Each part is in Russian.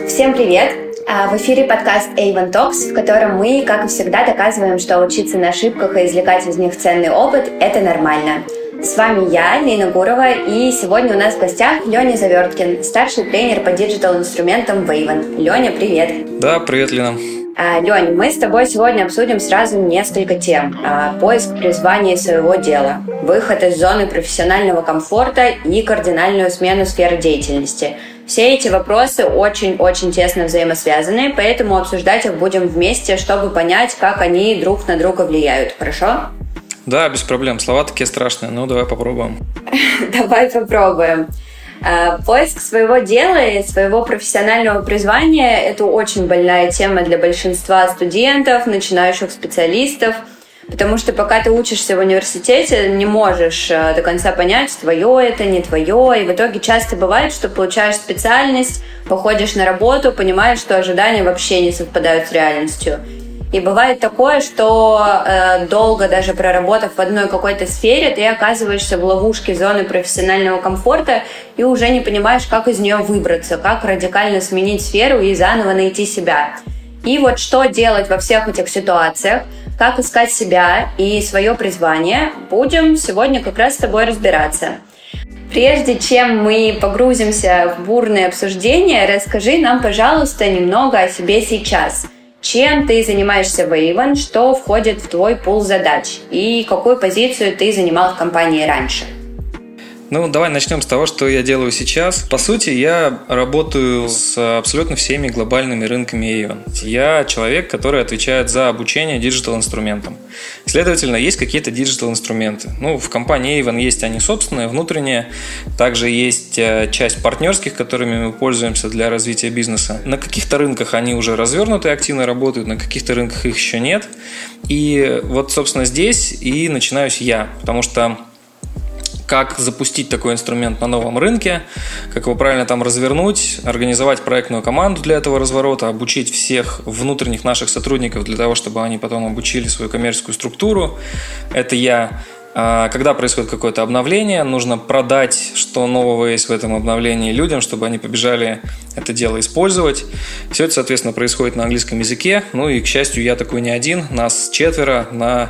Всем привет! В эфире подкаст Avon Talks, в котором мы, как и всегда, доказываем, что учиться на ошибках и извлекать из них ценный опыт – это нормально. С вами я, Лена Гурова, и сегодня у нас в гостях Леня Заверткин, старший тренер по диджитал-инструментам в Avon. Леня, привет! Да, привет, Лена. Лень, мы с тобой сегодня обсудим сразу несколько тем. Поиск призвания своего дела, выход из зоны профессионального комфорта и кардинальную смену сферы деятельности. Все эти вопросы очень-очень тесно взаимосвязаны, поэтому обсуждать их будем вместе, чтобы понять, как они друг на друга влияют. Хорошо? Да, без проблем. Слова такие страшные, ну давай попробуем. Давай попробуем. Поиск своего дела и своего профессионального призвания – это очень больная тема для большинства студентов, начинающих специалистов, потому что пока ты учишься в университете, не можешь до конца понять, твое это, не твое, и в итоге часто бывает, что получаешь специальность, походишь на работу, понимаешь, что ожидания вообще не совпадают с реальностью. И бывает такое, что долго даже проработав в одной какой-то сфере, ты оказываешься в ловушке зоны профессионального комфорта и уже не понимаешь, как из нее выбраться, как радикально сменить сферу и заново найти себя. И вот что делать во всех этих ситуациях, как искать себя и свое призвание, будем сегодня как раз с тобой разбираться. Прежде чем мы погрузимся в бурное обсуждение, расскажи нам, пожалуйста, немного о себе сейчас. Чем ты занимаешься в Avon, что входит в твой пул задач и какую позицию ты занимал в компании раньше? Ну, давай начнем с того, что я делаю сейчас. По сути, я работаю с абсолютно всеми глобальными рынками Avon. Я человек, который отвечает за обучение диджитал-инструментам. Следовательно, есть какие-то диджитал-инструменты. Ну, в компании Avon есть они собственные, внутренние. Также есть часть партнерских, которыми мы пользуемся для развития бизнеса. На каких-то рынках они уже развернуты, активно работают, на каких-то рынках их еще нет. И вот, собственно, здесь и начинаюсь я, потому что как запустить такой инструмент на новом рынке, как его правильно там развернуть, организовать проектную команду для этого разворота, обучить всех внутренних наших сотрудников для того, чтобы они потом обучили свою коммерческую структуру. Это я. Когда происходит какое-то обновление, нужно продать, что нового есть в этом обновлении людям, чтобы они побежали это дело использовать. Все это, соответственно, происходит на английском языке. Ну и, к счастью, я такой не один. Нас 4 на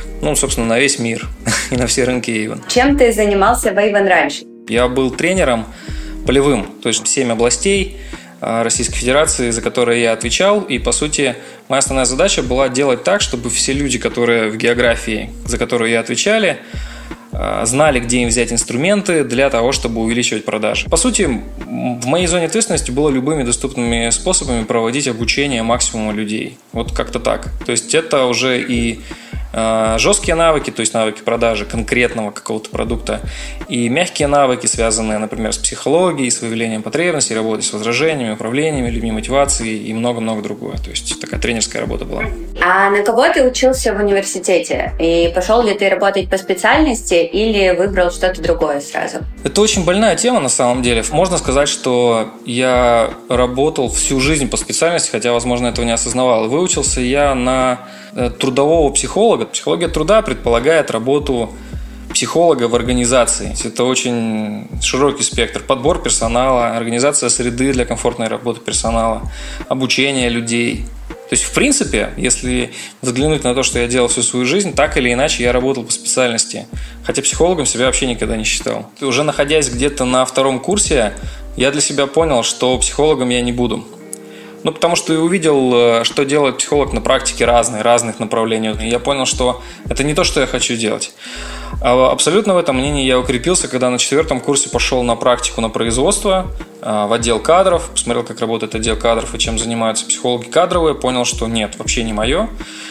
весь мир и на все рынки Avon. Чем ты занимался в Avon раньше? Я был тренером полевым, то есть 7 областей Российской Федерации, за которые я отвечал. И, по сути, моя основная задача была делать так, чтобы все люди, которые в географии, за которую я отвечали, знали, где им взять инструменты для того, чтобы увеличивать продажи. По сути, в моей зоне ответственности было любыми доступными способами проводить обучение максимума людей. Вот как-то так. То есть это уже и жесткие навыки, то есть навыки продажи конкретного какого-то продукта, и мягкие навыки, связанные, например, с психологией, с выявлением потребностей, работой с возражениями, управлениями людьми, мотивацией и много-много другое. То есть такая тренерская работа была. А на кого ты учился в университете? И пошел ли ты работать по специальности или выбрал что-то другое сразу? Это очень больная тема на самом деле. Можно сказать, что я работал всю жизнь по специальности, хотя, возможно, этого не осознавал. Выучился я на трудового психолога. Психология труда предполагает работу психолога в организации. Это очень широкий спектр. Подбор персонала, организация среды для комфортной работы персонала, обучение людей. То есть, в принципе, если взглянуть на то, что я делал всю свою жизнь, так или иначе я работал по специальности. Хотя психологом себя вообще никогда не считал. И уже находясь где-то на 2-м курсе, я для себя понял, что психологом я не буду. Ну, потому что я увидел, что делает психолог на практике разных направлений. И я понял, что это не то, что я хочу делать. Абсолютно в этом мнении я укрепился, когда на 4-м курсе пошел на практику на производство, в отдел кадров, посмотрел, как работает отдел кадров и чем занимаются психологи кадровые, понял, что нет, вообще не мое.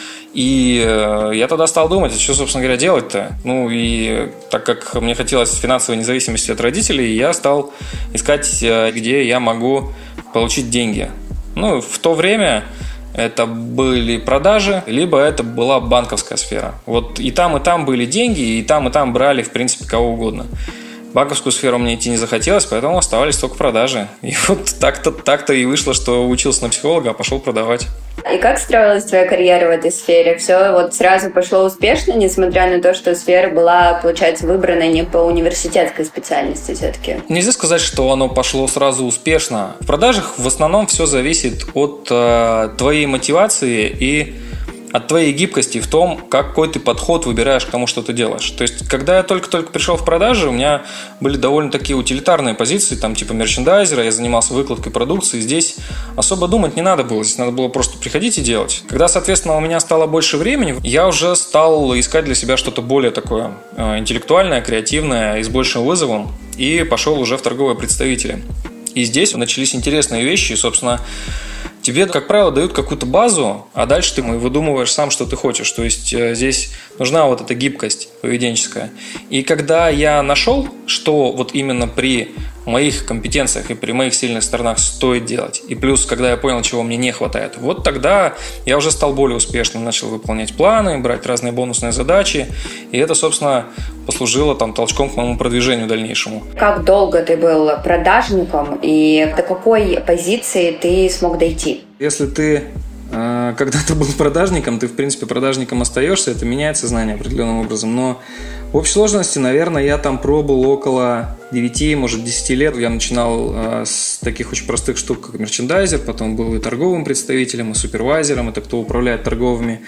И я тогда стал думать, что, собственно говоря, делать-то. Ну, и так как мне хотелось финансовой независимости от родителей, я стал искать, где я могу получить деньги. Ну, в то время это были продажи, либо это была банковская сфера. Вот и там были деньги, и там брали, в принципе, кого угодно. банковскую сферу мне идти не захотелось, поэтому оставались только продажи. И вот так-то и вышло, что учился на психолога, а пошел продавать. И как строилась твоя карьера в этой сфере? Все вот сразу пошло успешно, несмотря на то, что сфера была, получается, выбрана не по университетской специальности все-таки? Нельзя сказать, что оно пошло сразу успешно. В продажах в основном все зависит от твоей мотивации и от твоей гибкости в том, какой ты подход выбираешь к тому, что ты делаешь. То есть, когда я только-только пришел в продажи, у меня были довольно такие утилитарные позиции, там типа мерчендайзера, я занимался выкладкой продукции. Здесь особо думать не надо было, здесь надо было просто приходить и делать. Когда, соответственно, у меня стало больше времени, я уже стал искать для себя что-то более такое интеллектуальное, креативное и с большим вызовом, и пошел уже в торговые представители. И здесь начались интересные вещи, и, собственно, тебе, как правило, дают какую-то базу, а дальше ты выдумываешь сам, что ты хочешь. То есть здесь нужна вот эта гибкость поведенческая. И когда я нашел, что вот именно при моих компетенциях и при моих сильных сторонах стоит делать, и плюс, когда я понял, чего мне не хватает, вот тогда я уже стал более успешным, начал выполнять планы, брать разные бонусные задачи, и это, собственно, послужило толчком к моему продвижению дальнейшему. Как долго ты был продажником и до какой позиции ты смог дойти? Если ты когда-то был продажником, ты, в принципе, продажником остаешься, это меняет сознание определенным образом, но в общей сложности, наверное, я там пробовал около 9, может, 10 лет. Я начинал с таких очень простых штук, как мерчендайзер, потом был и торговым представителем, и супервайзером, это кто управляет торговыми,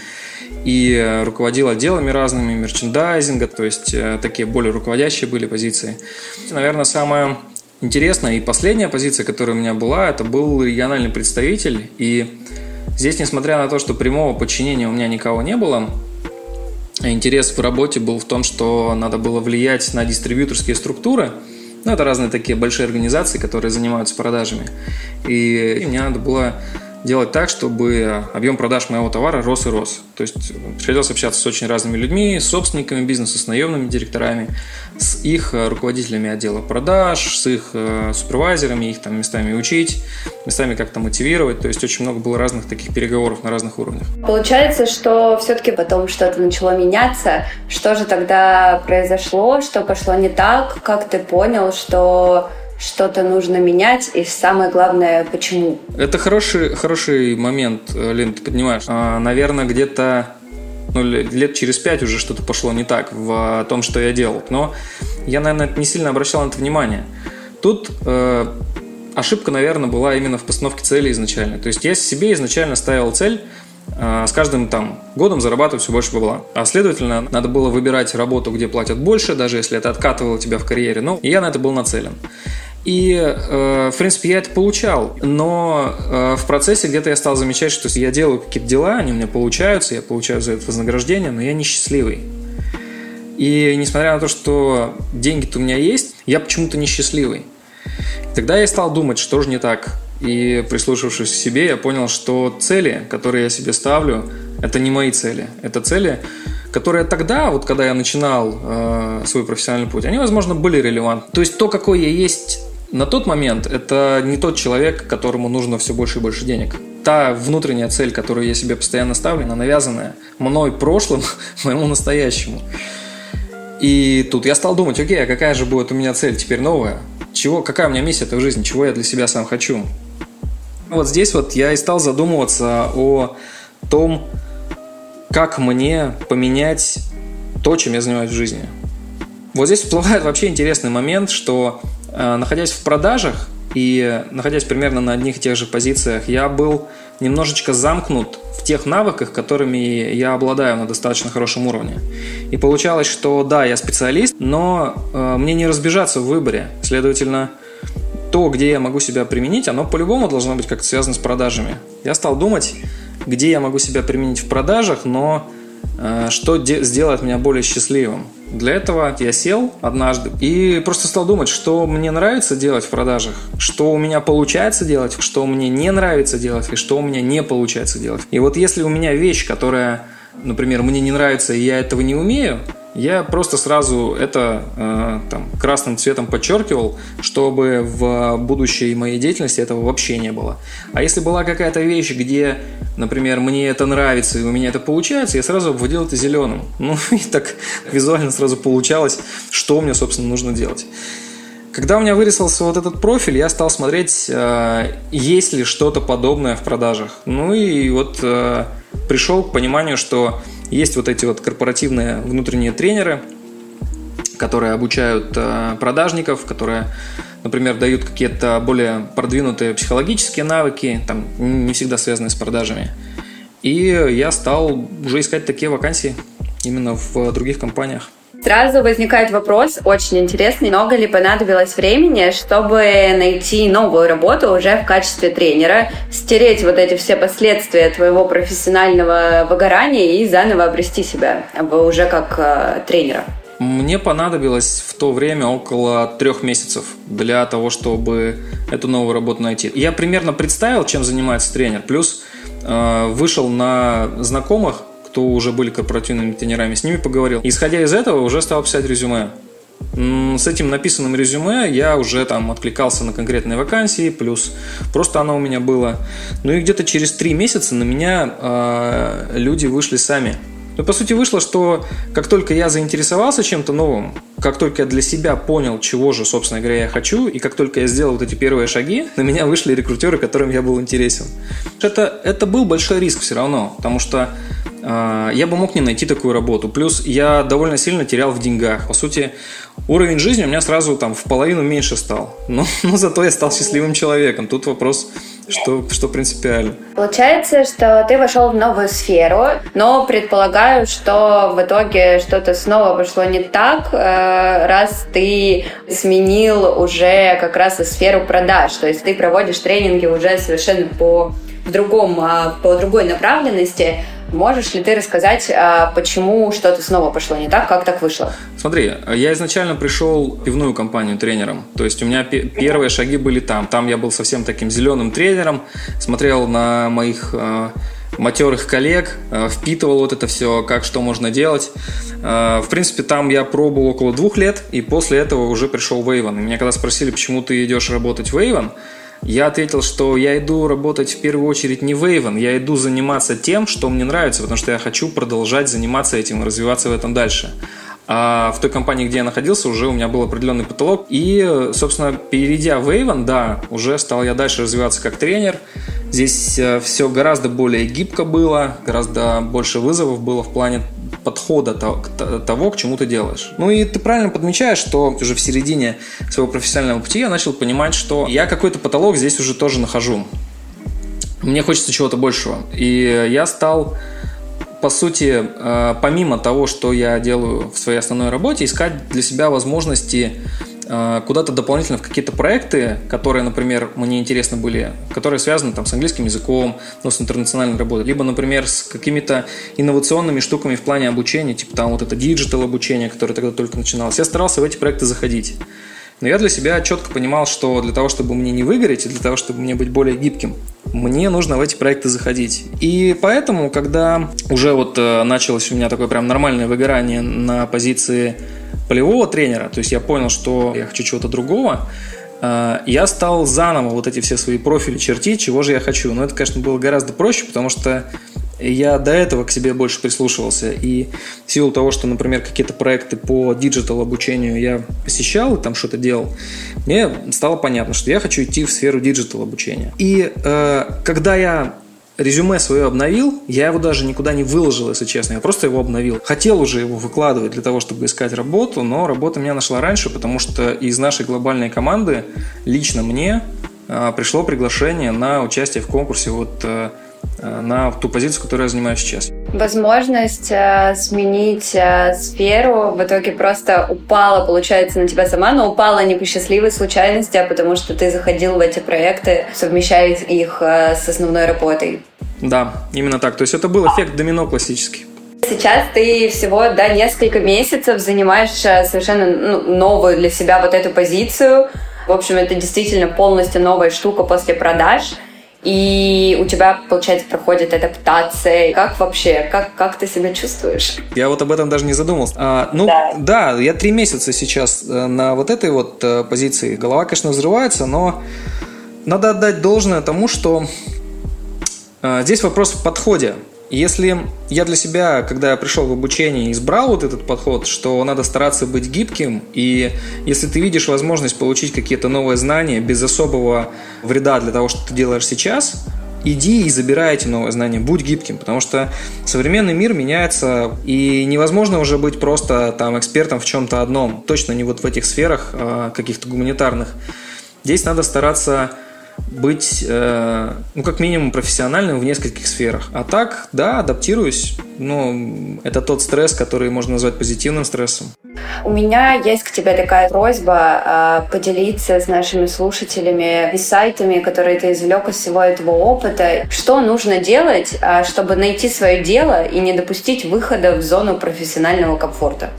и руководил отделами разными мерчендайзинга, то есть такие более руководящие были позиции. Наверное, самая интересная и последняя позиция, которая у меня была, это был региональный представитель, и здесь, несмотря на то, что прямого подчинения у меня никого не было, интерес в работе был в том, что надо было влиять на дистрибьюторские структуры. Это разные такие большие организации, которые занимаются продажами. И мне надо было делать так, чтобы объем продаж моего товара рос и рос. То есть приходилось общаться с очень разными людьми, с собственниками бизнеса, с наемными директорами, с их руководителями отдела продаж, с их супервайзерами, их местами учить, местами как-то мотивировать. То есть очень много было разных таких переговоров на разных уровнях. Получается, что все-таки потом что-то начало меняться. Что же тогда произошло? Что пошло не так? Как ты понял, что что-то нужно менять, и самое главное, почему? Это хороший момент, Лен, ты поднимаешь. Наверное, где-то лет через 5 уже что-то пошло не так в том, что я делал. Но я, наверное, не сильно обращал на это внимание. Тут ошибка, наверное, была именно в постановке цели изначально. То есть я себе изначально ставил цель с каждым годом зарабатывать все больше бабла. А следовательно, надо было выбирать работу, где платят больше, даже если это откатывало тебя в карьере. И я на это был нацелен. И, в принципе, я это получал. Но в процессе где-то я стал замечать, что я делаю какие-то дела, они у меня получаются, я получаю за это вознаграждение, но я несчастливый. И несмотря на то, что деньги-то у меня есть, я почему-то несчастливый. Тогда я стал думать, что же не так. И, прислушавшись к себе, я понял, что цели, которые я себе ставлю, это не мои цели. Это цели, которые тогда, когда я начинал свой профессиональный путь, они, возможно, были релевантны. То есть то, какой я есть на тот момент, это не тот человек, которому нужно все больше и больше денег. Та внутренняя цель, которую я себе постоянно ставлю, она навязанная мной прошлым, моему настоящему. И тут я стал думать, окей, а какая же будет у меня цель теперь новая? Какая у меня миссия-то в жизни? Чего я для себя сам хочу? Вот здесь я и стал задумываться о том, как мне поменять то, чем я занимаюсь в жизни. Вот здесь всплывает вообще интересный момент, что находясь в продажах и находясь примерно на одних и тех же позициях, я был немножечко замкнут в тех навыках, которыми я обладаю на достаточно хорошем уровне. И получалось, что да, я специалист, но мне не разбежаться в выборе. Следовательно, то, где я могу себя применить, оно по-любому должно быть как-то связано с продажами. Я стал думать, где я могу себя применить в продажах, но что сделает меня более счастливым. Для этого я сел однажды и просто стал думать, что мне нравится делать в продажах, что у меня получается делать, что мне не нравится делать и что у меня не получается делать. И вот если у меня вещь, которая, например, мне не нравится и я этого не умею, я просто сразу это красным цветом подчеркивал, чтобы в будущей моей деятельности этого вообще не было. А если была какая-то вещь, где, например, мне это нравится и у меня это получается, я сразу обводил это зеленым. И так визуально сразу получалось, что мне, собственно, нужно делать. Когда у меня вырисовался вот этот профиль, я стал смотреть, есть ли что-то подобное в продажах. И вот пришел к пониманию, что есть вот эти вот корпоративные внутренние тренеры, которые обучают продажников, которые, например, дают какие-то более продвинутые психологические навыки, там не всегда связанные с продажами. И я стал уже искать такие вакансии именно в других компаниях. Сразу возникает вопрос, очень интересный, много ли понадобилось времени, чтобы найти новую работу уже в качестве тренера, стереть вот эти все последствия твоего профессионального выгорания и заново обрести себя уже как тренера? Мне понадобилось в то время около 3 месяцев для того, чтобы эту новую работу найти. Я примерно представил, чем занимается тренер, плюс вышел на знакомых, кто уже были корпоративными тренерами, с ними поговорил. Исходя из этого, уже стал писать резюме. С этим написанным резюме я уже откликался на конкретные вакансии, плюс просто оно у меня было. И где-то через 3 месяца на меня люди вышли сами. По сути, вышло, что как только я заинтересовался чем-то новым, как только я для себя понял, чего же, собственно говоря, я хочу, и как только я сделал вот эти первые шаги, на меня вышли рекрутеры, которым я был интересен. Это был большой риск все равно, потому что я бы мог не найти такую работу. Плюс я довольно сильно терял в деньгах. По сути, уровень жизни у меня сразу в половину меньше стал. Но зато я стал счастливым человеком. Тут вопрос, что принципиально. Получается, что ты вошел в новую сферу, но предполагаю, что в итоге что-то снова пошло не так, раз ты сменил уже как раз и сферу продаж. То есть ты проводишь тренинги уже совершенно по другой направленности. Можешь ли ты рассказать, почему что-то снова пошло не так, как так вышло? Смотри, я изначально пришел в пивную компанию тренером, то есть у меня первые шаги были там. Там я был совсем таким зеленым тренером, смотрел на моих матерых коллег, впитывал вот это все, что можно делать. В принципе, там я пробовал около 2 лет, и после этого уже пришел в Avon. И меня когда спросили, почему ты идешь работать в Avon, я ответил, что я иду работать в первую очередь не в Avon, я иду заниматься тем, что мне нравится, потому что я хочу продолжать заниматься этим и развиваться в этом дальше. А в той компании, где я находился, уже у меня был определенный потолок. И, собственно, перейдя в Avon, да, уже стал я дальше развиваться как тренер. Здесь все гораздо более гибко было, гораздо больше вызовов было в плане подхода того, к чему ты делаешь. И ты правильно подмечаешь, что уже в середине своего профессионального пути я начал понимать, что я какой-то потолок здесь уже тоже нахожу. Мне хочется чего-то большего. И я стал, по сути, помимо того, что я делаю в своей основной работе, искать для себя возможности куда-то дополнительно в какие-то проекты, которые, например, мне интересны были, которые связаны с английским языком, с интернациональной работой, либо, например, с какими-то инновационными штуками в плане обучения, типа вот это диджитал обучение, которое тогда только начиналось. Я старался в эти проекты заходить. Но я для себя четко понимал, что для того, чтобы мне не выгореть, и для того, чтобы мне быть более гибким, мне нужно в эти проекты заходить. И поэтому, когда уже началось у меня такое прям нормальное выгорание на позиции полевого тренера, то есть я понял, что я хочу чего-то другого, я стал заново вот эти все свои профили чертить, чего же я хочу. Но это, конечно, было гораздо проще, потому что я до этого к себе больше прислушивался. И в силу того, что, например, какие-то проекты по диджитал обучению я посещал и там что-то делал, мне стало понятно, что я хочу идти в сферу диджитал обучения. И когда я резюме свое обновил, я его даже никуда не выложил, если честно, я просто его обновил. Хотел уже его выкладывать для того, чтобы искать работу, но работа меня нашла раньше, потому что из нашей глобальной команды лично мне пришло приглашение на участие в конкурсе на ту позицию, которую я занимаю сейчас. Возможность сменить сферу в итоге просто упала, получается, на тебя сама, но упала не по счастливой случайности, а потому что ты заходил в эти проекты, совмещая их с основной работой. Да, именно так. То есть это был эффект домино классический. Сейчас ты всего несколько месяцев занимаешь совершенно новую для себя вот эту позицию. В общем, это действительно полностью новая штука после продаж. и у тебя, получается, проходит адаптация. Как вообще? Как ты себя чувствуешь? Я вот об этом даже не задумался. Да, я 3 месяца сейчас на вот этой вот позиции. Голова, конечно, взрывается, но надо отдать должное тому, что здесь вопрос в подходе. Если я для себя, когда я пришел в обучение, избрал вот этот подход, что надо стараться быть гибким, и если ты видишь возможность получить какие-то новые знания без особого вреда для того, что ты делаешь сейчас, иди и забирай эти новые знания, будь гибким, потому что современный мир меняется, и невозможно уже быть просто там экспертом в чем-то одном, точно не вот в этих сферах каких-то гуманитарных. Здесь надо стараться быть, как минимум, профессиональным в нескольких сферах. А так, да, адаптируюсь. Это тот стресс, который можно назвать позитивным стрессом. У меня есть к тебе такая просьба поделиться с нашими слушателями инсайтами, которые ты извлек из всего этого опыта. Что нужно делать, чтобы найти свое дело и не допустить выхода в зону профессионального комфорта?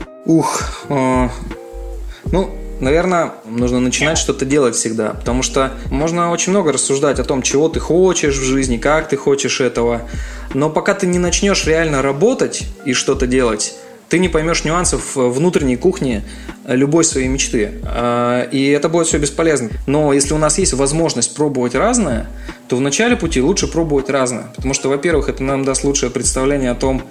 Наверное, нужно начинать что-то делать всегда, потому что можно очень много рассуждать о том, чего ты хочешь в жизни, как ты хочешь этого, но пока ты не начнешь реально работать и что-то делать, ты не поймешь нюансов внутренней кухни любой своей мечты, и это будет все бесполезно. Но если у нас есть возможность пробовать разное, то в начале пути лучше пробовать разное, потому что, во-первых, это нам даст лучшее представление о том,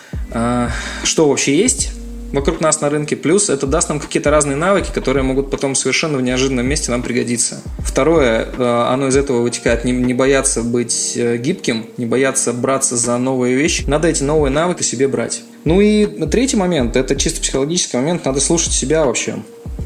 что вообще есть вокруг нас на рынке, плюс это даст нам какие-то разные навыки, которые могут потом совершенно в неожиданном месте нам пригодиться. Второе, оно из этого вытекает, не бояться быть гибким, не бояться браться за новые вещи, надо эти новые навыки себе брать. И третий момент, это чисто психологический момент, надо слушать себя вообще.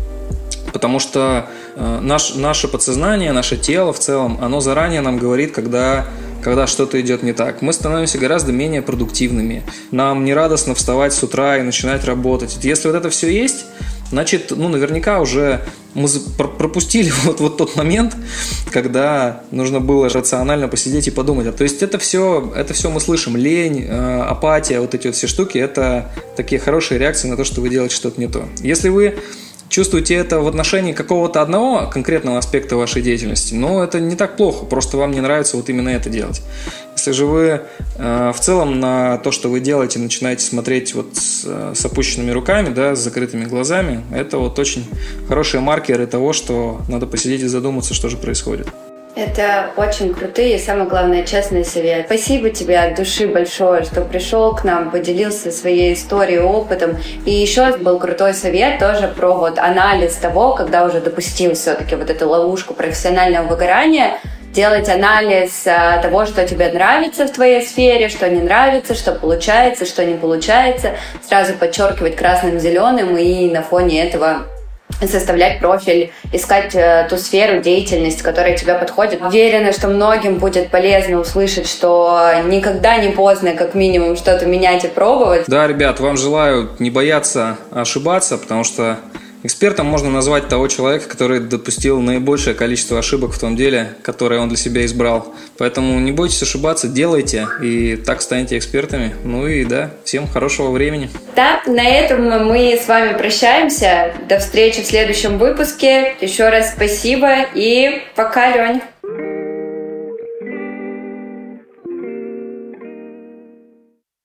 Потому что наше подсознание, наше тело в целом, оно заранее нам говорит, когда что-то идет не так. Мы становимся гораздо менее продуктивными. Нам не радостно вставать с утра и начинать работать. Если вот это все есть, значит, наверняка уже мы пропустили вот тот момент, когда нужно было рационально посидеть и подумать. То есть это все мы слышим. Лень, апатия, вот эти вот все штуки, это такие хорошие реакции на то, что вы делаете что-то не то. Если вы чувствуете это в отношении какого-то одного конкретного аспекта вашей деятельности, но это не так плохо, просто вам не нравится вот именно это делать. Если же вы в целом на то, что вы делаете, начинаете смотреть вот с опущенными руками, да, с закрытыми глазами, это вот очень хорошие маркеры того, что надо посидеть и задуматься, что же происходит. Это очень крутые и, самое главное, честный совет. Спасибо тебе от души большое, что пришел к нам, поделился своей историей, опытом. И еще был крутой совет тоже про вот анализ того, когда уже допустил все-таки вот эту ловушку профессионального выгорания, делать анализ того, что тебе нравится в твоей сфере, что не нравится, что получается, что не получается, сразу подчеркивать красным, зеленым и на фоне этого составлять профиль, искать ту сферу деятельности, которая тебе подходит. Уверена, что многим будет полезно услышать, что никогда не поздно, как минимум, что-то менять и пробовать. Да, ребят, вам желаю не бояться ошибаться, потому что экспертом можно назвать того человека, который допустил наибольшее количество ошибок в том деле, которое он для себя избрал. Поэтому не бойтесь ошибаться, делайте, и так станете экспертами. Всем хорошего времени. Да, на этом мы с вами прощаемся. До встречи в следующем выпуске. Еще раз спасибо и пока, Лёнь.